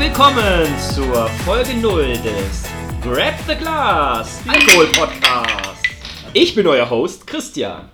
willkommen zur Folge 0 des Grab the Glass Alkohol Podcast. Ich bin euer Host Christian.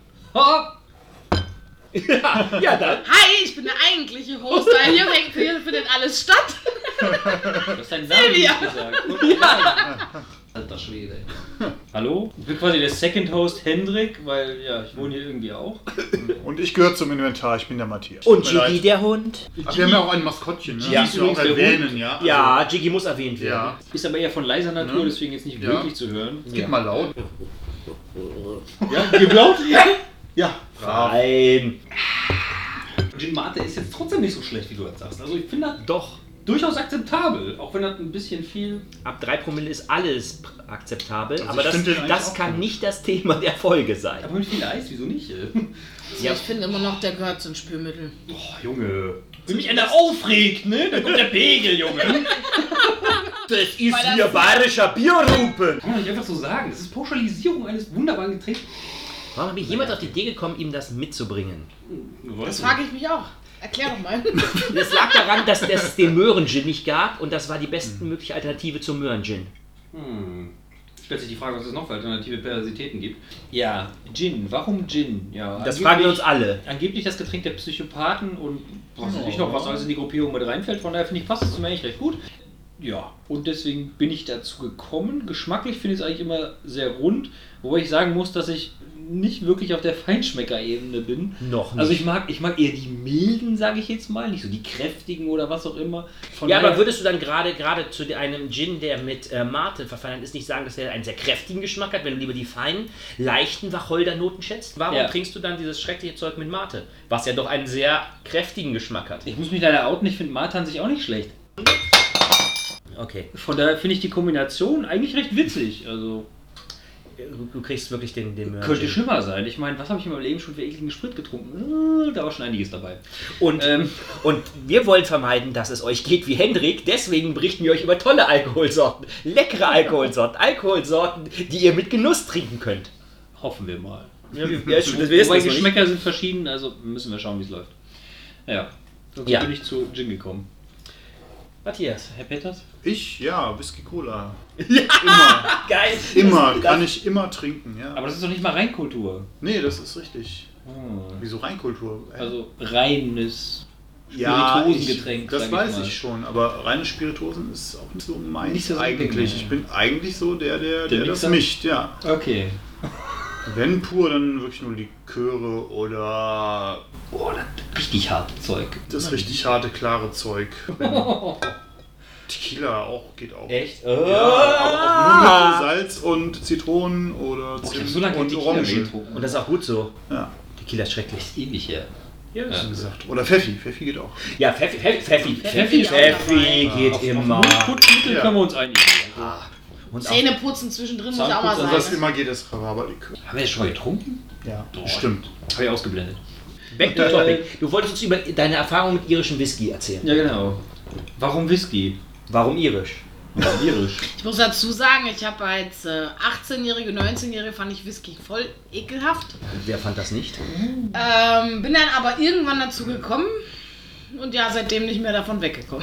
Ja, dann. Hi, ich bin der eigentliche Host, weil hier findet alles statt. Du hast deinen Namen nicht gesagt. Ja. Alter Schwede. Hallo? Ich bin quasi der Second Host Hendrik, weil ja, ich wohne hier irgendwie auch. Und ich gehöre zum Inventar, ich bin der Matthias. Und Jiggy der Hund. Ach, wir haben ja auch ein Maskottchen, ne? Ja, Das müssen wir auch erwähnen, ja. Also, Ja, Jiggy muss erwähnt werden. Ja. Ist aber eher von leiser Natur, deswegen jetzt nicht wirklich zu hören. Geht mal laut. Ja, gebaut? Ja. Nein. Gin Mate ist jetzt trotzdem nicht so schlecht, wie du das sagst. Also ich finde das Doch. durchaus akzeptabel, auch wenn das ein bisschen viel... Ab 3 Promille ist alles akzeptabel, Also aber ich find den das eigentlich auch kann gut. nicht das Thema der Folge sein. Aber mit viel Eis, wieso nicht? Ja. Ich finde immer noch, der gehört zum Spülmittel. Oh, Junge. Wenn mich einer aufregt, ne? Dann kommt der Pegel, Junge. Das ist hier bayerischer Bierrupen. Kann man nicht einfach so sagen. Das ist Pauschalisierung eines wunderbaren Getränks. Warum habe ich jemand auf die Idee gekommen, ihm das mitzubringen? Das frage ich mich auch. Erklär doch mal. Das lag daran, dass es den Möhrengin nicht gab und das war die bestmögliche Alternative zum Möhrengin. Stellt sich die Frage, was es noch für alternative Parasitäten gibt. Ja, Gin. Warum Gin? Ja, Das fragen wir uns alle. Angeblich das Getränk der Psychopathen und was weiß ich noch, was alles in die Gruppierung mit reinfällt. Von daher finde ich, passt es zu mir eigentlich recht gut. Ja, und deswegen bin ich dazu gekommen. Geschmacklich finde ich es eigentlich immer sehr rund, wobei ich sagen muss, dass ich nicht wirklich auf der Feinschmecker-Ebene bin. Noch nicht. Also ich mag eher die milden, sage ich jetzt mal, nicht so die kräftigen oder was auch immer. Von Ja, daher, aber würdest du dann gerade zu einem Gin, der mit Mate verfeinert ist, nicht sagen, dass er einen sehr kräftigen Geschmack hat, wenn du lieber die feinen, leichten Wacholdernoten schätzt? Warum trinkst du dann dieses schreckliche Zeug mit Mate, was ja doch einen sehr kräftigen Geschmack hat? ich muss mich leider outen, ich finde Mate an sich auch nicht schlecht. Okay, Von daher finde ich die Kombination eigentlich recht witzig. Also du kriegst wirklich den Möhrengin. könnte schlimmer sein. Ich meine, was habe ich in meinem Leben schon für ekligen Sprit getrunken? Da war schon einiges dabei. Und wir wollen vermeiden, dass es euch geht wie Hendrik, deswegen berichten wir euch über tolle Alkoholsorten, leckere Alkoholsorten, die ihr mit Genuss trinken könnt. Hoffen wir mal. Wobei Geschmäcker sind verschieden, also müssen wir schauen, wie es läuft. Ja, so bin ich zu Gin gekommen. Matthias. Herr Peters? Ich, ja, Whisky Cola. Geil. Immer, kann ich immer trinken, ja. Aber das ist doch nicht mal Reinkultur. Nee, das ist richtig. Wieso Reinkultur? Also reines ja, Spirituosengetränk. das sag weiß mal. ich schon, aber reine Spirituosen ist auch nicht so meins Nicht so sein eigentlich. Ding, Ich bin eigentlich so der das Mixer? mischt, ja. Okay. Wenn pur, dann wirklich nur Liköre oder Boah, das richtig harte Zeug. das richtig harte, klare Zeug. Tequila auch, geht auch. Echt? Ja, aber auch nur mit Salz und Zitronen oder Ich hab Zimt so lange und Tequila Orange. getrunken. Und das ist auch gut so. Ja, Tequila ist schrecklich. ist ewig her. Ja, Ja. wie gesagt. Oder Pfeffi. Pfeffi geht auch. Ja, Pfeffi ist auch dabei. geht immer. Putzmittel Ja. können wir uns einigen. Und auch, Zähne putzen zwischendrin muss auch mal Zahnputzen, Und was sein. immer geht, ist Rhabarberlikör. Haben wir das schon mal getrunken? Ja, Boah. stimmt. Habe ich ausgeblendet. back to topic. Du wolltest uns über deine Erfahrung mit irischem Whisky erzählen. Ja, genau. Warum Whisky? Warum irisch? Warum irisch? Ich muss dazu sagen, ich habe als 18-Jährige, 19-Jährige fand ich Whisky voll ekelhaft. Wer fand das nicht? Bin dann aber irgendwann dazu gekommen und ja, seitdem nicht mehr davon weggekommen.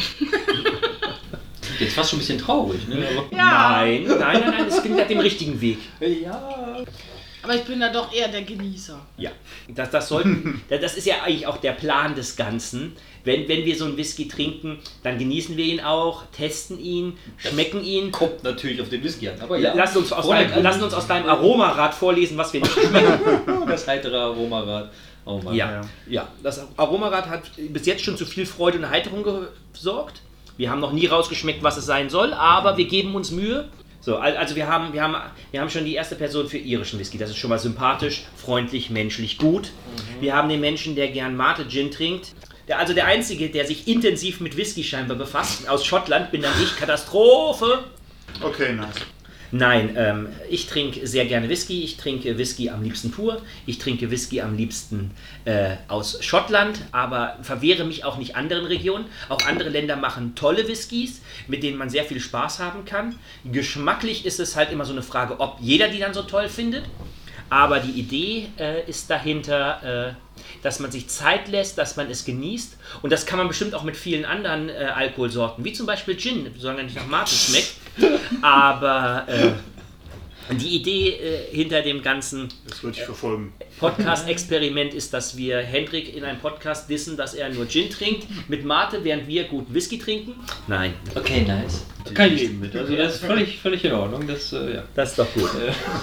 Jetzt fast schon ein bisschen traurig, ne? Aber Ja, Nein, es ging halt dem richtigen Weg. ja. aber ich bin da doch eher der Genießer. Ja, das ist ja eigentlich auch der Plan des Ganzen. Wenn wir so einen Whisky trinken, dann genießen wir ihn auch, testen ihn, schmecken ihn. Kommt natürlich auf den Whisky an. Aber ja. Lassen uns aus deinem Aromarad vorlesen, was wir nicht schmecken. Das heitere Aromarad. Oh Mann. Ja, das Aromarad hat bis jetzt schon zu viel Freude und Erheiterung gesorgt. Wir haben noch nie rausgeschmeckt, was es sein soll, aber wir geben uns Mühe. So, also wir haben schon die erste Person für irischen Whisky. Das ist schon mal sympathisch, freundlich, menschlich, gut. Wir haben den Menschen, der gern Mate Gin trinkt. Der Einzige, der sich intensiv mit Whisky scheinbar befasst, aus Schottland bin dann ich. Katastrophe! Okay, nice. Nein, ich trinke sehr gerne Whisky. Ich trinke Whisky am liebsten pur. Ich trinke Whisky am liebsten aus Schottland, aber verwehre mich auch nicht anderen Regionen. Auch andere Länder machen tolle Whiskys, mit denen man sehr viel Spaß haben kann. Geschmacklich ist es halt immer so eine Frage, ob jeder die dann so toll findet. Aber die Idee ist dahinter, dass man sich Zeit lässt, dass man es genießt. Und das kann man bestimmt auch mit vielen anderen Alkoholsorten, wie zum Beispiel Gin, solange er nicht nach Mate schmeckt. Aber die Idee hinter dem ganzen Das würde ich verfolgen. Podcast-Experiment ist, dass wir Hendrik in einem Podcast dissen, dass er nur Gin trinkt mit Mate, während wir gut Whisky trinken. Nein. Okay, nice. Kann ich leben mit. Also das ist völlig in Ordnung. Das ist doch gut.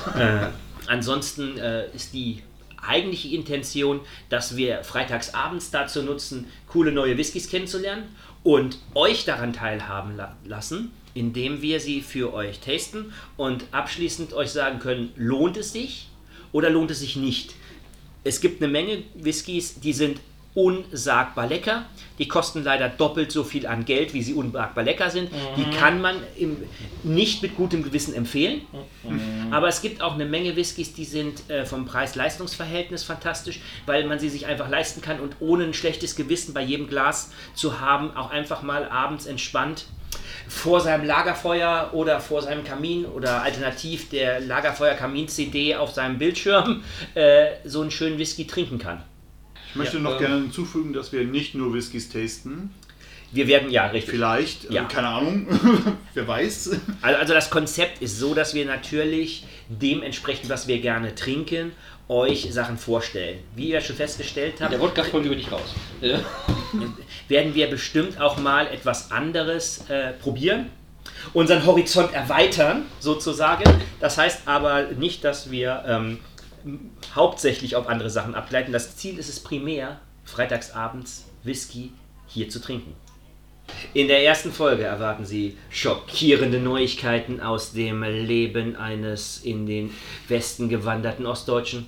Ansonsten ist die eigentliche Intention, dass wir freitags abends dazu nutzen, coole neue Whiskys kennenzulernen und euch daran teilhaben lassen, indem wir sie für euch tasten und abschließend euch sagen können, lohnt es sich oder lohnt es sich nicht. Es gibt eine Menge Whiskys, die sind unsagbar lecker. Die kosten leider doppelt so viel an Geld, wie sie unsagbar lecker sind. Die kann man nicht mit gutem Gewissen empfehlen. Aber es gibt auch eine Menge Whiskys, die sind vom Preis-Leistungs-Verhältnis fantastisch, weil man sie sich einfach leisten kann und ohne ein schlechtes Gewissen bei jedem Glas zu haben, auch einfach mal abends entspannt vor seinem Lagerfeuer oder vor seinem Kamin oder alternativ der Lagerfeuer-Kamin-CD auf seinem Bildschirm so einen schönen Whisky trinken kann. Ich möchte noch gerne hinzufügen, dass wir nicht nur Whiskys tasten. Wir werden, ja, richtig. Vielleicht, keine Ahnung, wer weiß. Also das Konzept ist so, dass wir natürlich dementsprechend, was wir gerne trinken, euch Sachen vorstellen. Wie ihr schon festgestellt habt, der Wodka kommt über dich raus. Ja. Werden wir bestimmt auch mal etwas anderes probieren, unseren Horizont erweitern sozusagen. Das heißt aber nicht, dass wir hauptsächlich auf andere Sachen abgleiten. Das Ziel ist es primär, freitagsabends Whisky hier zu trinken. In der ersten Folge erwarten Sie schockierende Neuigkeiten aus dem Leben eines in den Westen gewanderten Ostdeutschen.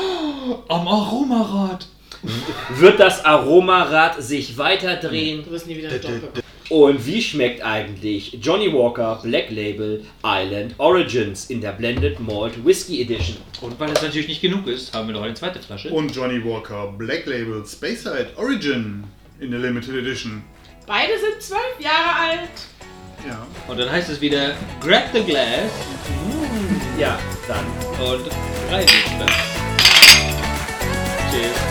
Am Aromarad! Wird das Aromarad sich weiterdrehen? Du wirst nie wieder stoppen. Und wie schmeckt eigentlich Johnny Walker Black Label Island Origins in der Blended Malt Whisky Edition? Und weil es natürlich nicht genug ist, haben wir noch eine zweite Flasche. Und Johnny Walker Black Label Speyside Origin in der Limited Edition. Beide sind 12 Jahre alt. Ja. Und dann heißt es wieder Grab the Glass Ja, dann. und rein mit das. Cheers.